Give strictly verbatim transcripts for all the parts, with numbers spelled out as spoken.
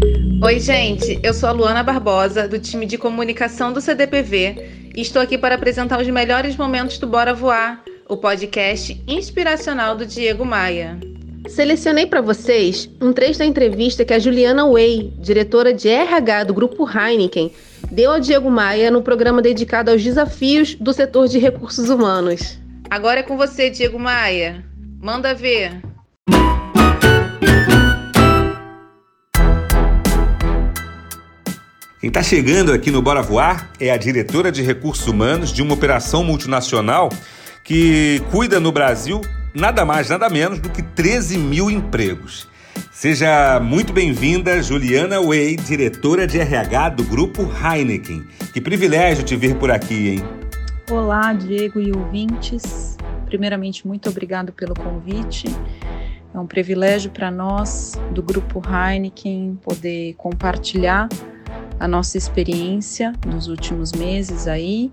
Oi, gente, eu sou a Luana Barbosa, do time de comunicação do C D P V, e estou aqui para apresentar os melhores momentos do Bora Voar, o podcast inspiracional do Diego Maia. Selecionei para vocês um trecho da entrevista que a Juliana Way, diretora de R H do Grupo Heineken, deu ao Diego Maia no programa dedicado aos desafios do setor de recursos humanos. Agora é com você, Diego Maia. Manda ver. Quem está chegando aqui no Bora Voar é a diretora de recursos humanos de uma operação multinacional que cuida no Brasil nada mais, nada menos do que treze mil empregos. Seja muito bem-vinda, Juliana Way, diretora de R H do Grupo Heineken. Que privilégio te ver por aqui, hein? Olá, Diego e ouvintes. Primeiramente, muito obrigado pelo convite. É um privilégio para nós, do Grupo Heineken, poder compartilhar a nossa experiência dos últimos meses aí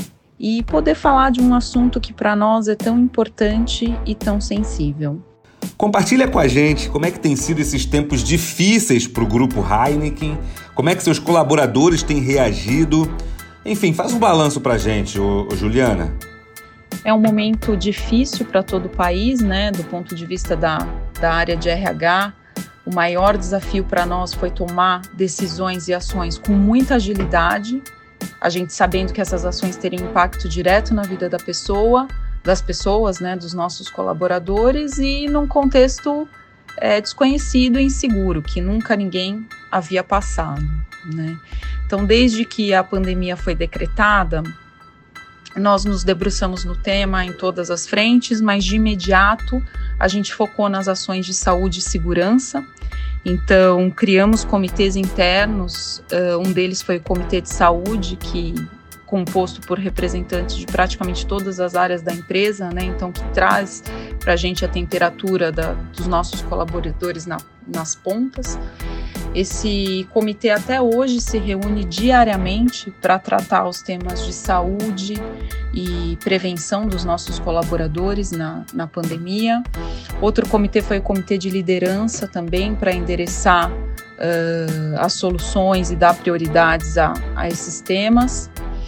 e poder falar de um assunto que para nós é tão importante e tão sensível. Compartilha com a gente como é que tem sido esses tempos difíceis para o Grupo Heineken, como é que seus colaboradores têm reagido. Enfim, faz um balanço para a gente, ô, ô, Juliana. É um momento difícil para todo o país, né, do ponto de vista da, da área de R H. O maior desafio para nós foi tomar decisões e ações com muita agilidade, a gente sabendo que essas ações teriam impacto direto na vida da pessoa, das pessoas, né, dos nossos colaboradores e num contexto é, desconhecido e inseguro, que nunca ninguém havia passado, né? Então, desde que a pandemia foi decretada, nós nos debruçamos no tema em todas as frentes, mas de imediato a gente focou nas ações de saúde e segurança. Então, criamos comitês internos, uh, um deles foi o Comitê de Saúde, que composto por representantes de praticamente todas as áreas da empresa, né? Então, que traz para a gente a temperatura da, dos nossos colaboradores na, nas pontas. Esse comitê até hoje se reúne diariamente para tratar os temas de saúde e prevenção dos nossos colaboradores na, na pandemia. Outro comitê foi o comitê de liderança também, para endereçar uh, as soluções e dar prioridades a, a esses temas.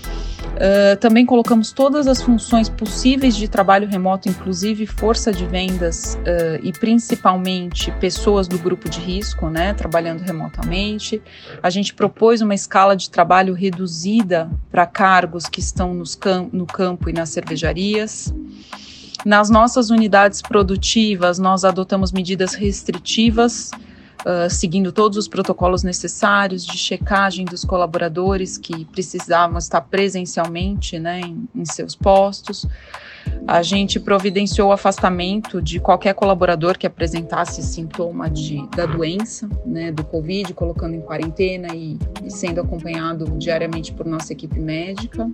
Uh, também colocamos todas as funções possíveis de trabalho remoto, inclusive força de vendas uh, e principalmente pessoas do grupo de risco, né, trabalhando remotamente. A gente propôs uma escala de trabalho reduzida para cargos que estão nos cam- no campo e nas cervejarias. Nas nossas unidades produtivas, nós adotamos medidas restritivas, Uh, seguindo todos os protocolos necessários de checagem dos colaboradores que precisavam estar presencialmente, né, em, em seus postos. A gente providenciou o afastamento de qualquer colaborador que apresentasse sintoma de, da doença, né, do Covid, colocando em quarentena e, e sendo acompanhado diariamente por nossa equipe médica.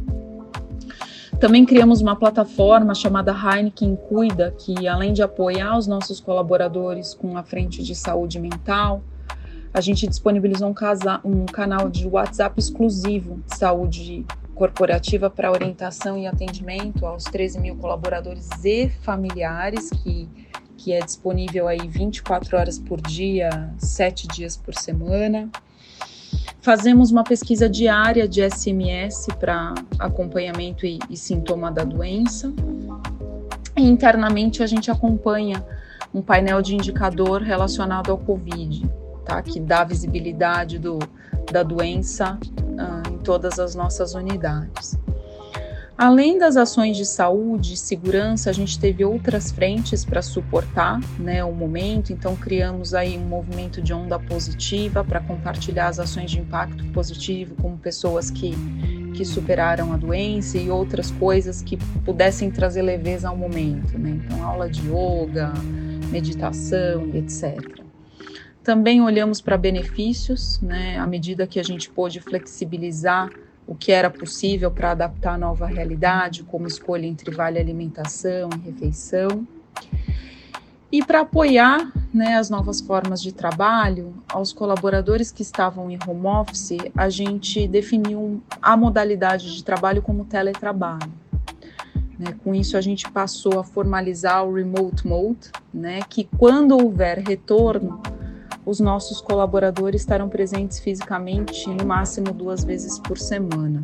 Também criamos uma plataforma chamada Heineken Cuida, que além de apoiar os nossos colaboradores com a frente de saúde mental, a gente disponibilizou um, casa, um canal de WhatsApp exclusivo de saúde corporativa para orientação e atendimento aos treze mil colaboradores e familiares, que, que é disponível aí vinte e quatro horas por dia, sete dias por semana. Fazemos uma pesquisa diária de S M S para acompanhamento e, e sintoma da doença. E internamente a gente acompanha um painel de indicador relacionado ao Covid, tá? Que dá visibilidade do, da doença uh, em todas as nossas unidades. Além das ações de saúde e segurança, a gente teve outras frentes para suportar, né, o momento. Então, criamos aí um movimento de onda positiva para compartilhar as ações de impacto positivo, como pessoas que, que superaram a doença e outras coisas que pudessem trazer leveza ao momento, né? Então, aula de yoga, meditação, etcétera. Também olhamos para benefícios, né, à medida que a gente pôde flexibilizar o que era possível para adaptar a nova realidade, como escolha entre vale alimentação e refeição. E para apoiar, né, as novas formas de trabalho, aos colaboradores que estavam em home office, a gente definiu a modalidade de trabalho como teletrabalho. Né, com isso, a gente passou a formalizar o remote mode, né, que quando houver retorno, os nossos colaboradores estarão presentes fisicamente no máximo duas vezes por semana.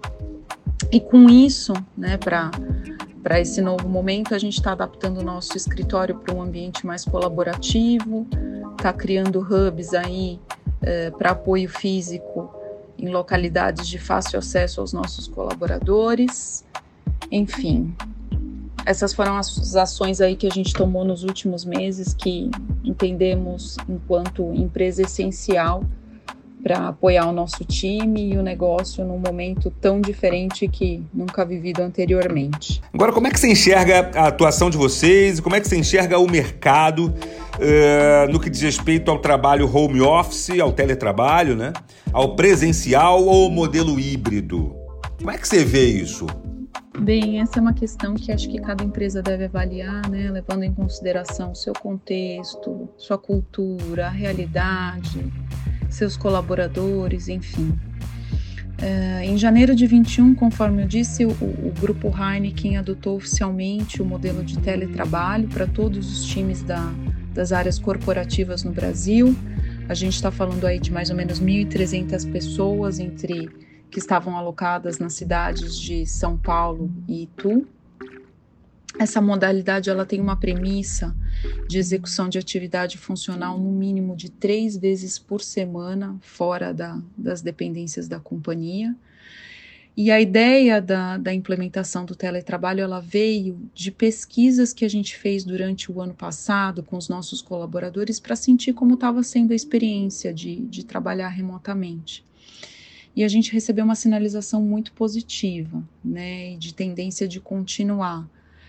E com isso, né, para para esse novo momento, a gente está adaptando o nosso escritório para um ambiente mais colaborativo, está criando hubs aí eh, para apoio físico em localidades de fácil acesso aos nossos colaboradores. Enfim, essas foram as ações aí que a gente tomou nos últimos meses, que entendemos enquanto empresa essencial para apoiar o nosso time e o negócio num momento tão diferente que nunca vivido anteriormente. Agora, como é que você enxerga a atuação de vocês e como é que você enxerga o mercado uh, no que diz respeito ao trabalho home office, ao teletrabalho, né? Ao presencial ou ao modelo híbrido? Como é que você vê isso? Bem, essa é uma questão que acho que cada empresa deve avaliar, né? Levando em consideração o seu contexto, sua cultura, a realidade, seus colaboradores, enfim. Uh, em janeiro de vinte e um, conforme eu disse, o, o Grupo Heineken adotou oficialmente o modelo de teletrabalho para todos os times da, das áreas corporativas no Brasil. A gente está falando aí de mais ou menos mil e trezentas pessoas entre que estavam alocadas nas cidades de São Paulo e Itu. Essa modalidade ela tem uma premissa de execução de atividade funcional no mínimo de três vezes por semana, fora da, das dependências da companhia. E a ideia da, da implementação do teletrabalho ela veio de pesquisas que a gente fez durante o ano passado com os nossos colaboradores para sentir como estava sendo a experiência de, de trabalhar remotamente. E a gente recebeu uma sinalização muito positiva, né, de tendência de continuar.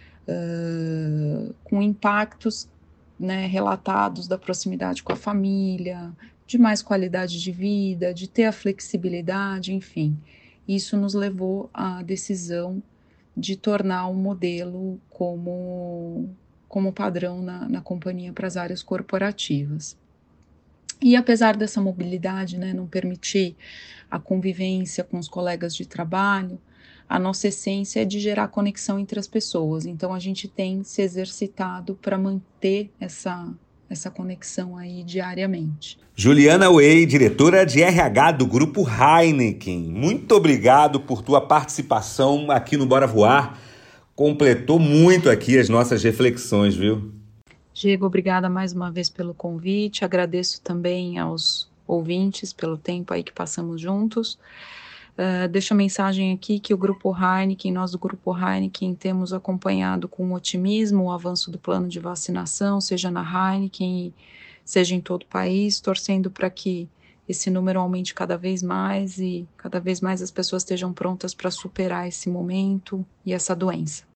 Uh, com impactos, né, relatados da proximidade com a família, de mais qualidade de vida, de ter a flexibilidade, enfim. Isso nos levou à decisão de tornar o modelo como, como padrão na, na companhia para as áreas corporativas. E apesar dessa mobilidade, né, não permitir a convivência com os colegas de trabalho, a nossa essência é de gerar conexão entre as pessoas. Então, a gente tem se exercitado para manter essa, essa conexão aí diariamente. Juliana Way, diretora de R H do Grupo Heineken. Muito obrigado por tua participação aqui no Bora Voar. Completou muito aqui as nossas reflexões, viu? Diego, obrigada mais uma vez pelo convite. Agradeço também aos ouvintes pelo tempo aí que passamos juntos. Uh, deixo a mensagem aqui que o Grupo Heineken, nós do Grupo Heineken temos acompanhado com otimismo o avanço do plano de vacinação, seja na Heineken, seja em todo o país, torcendo para que esse número aumente cada vez mais e cada vez mais as pessoas estejam prontas para superar esse momento e essa doença.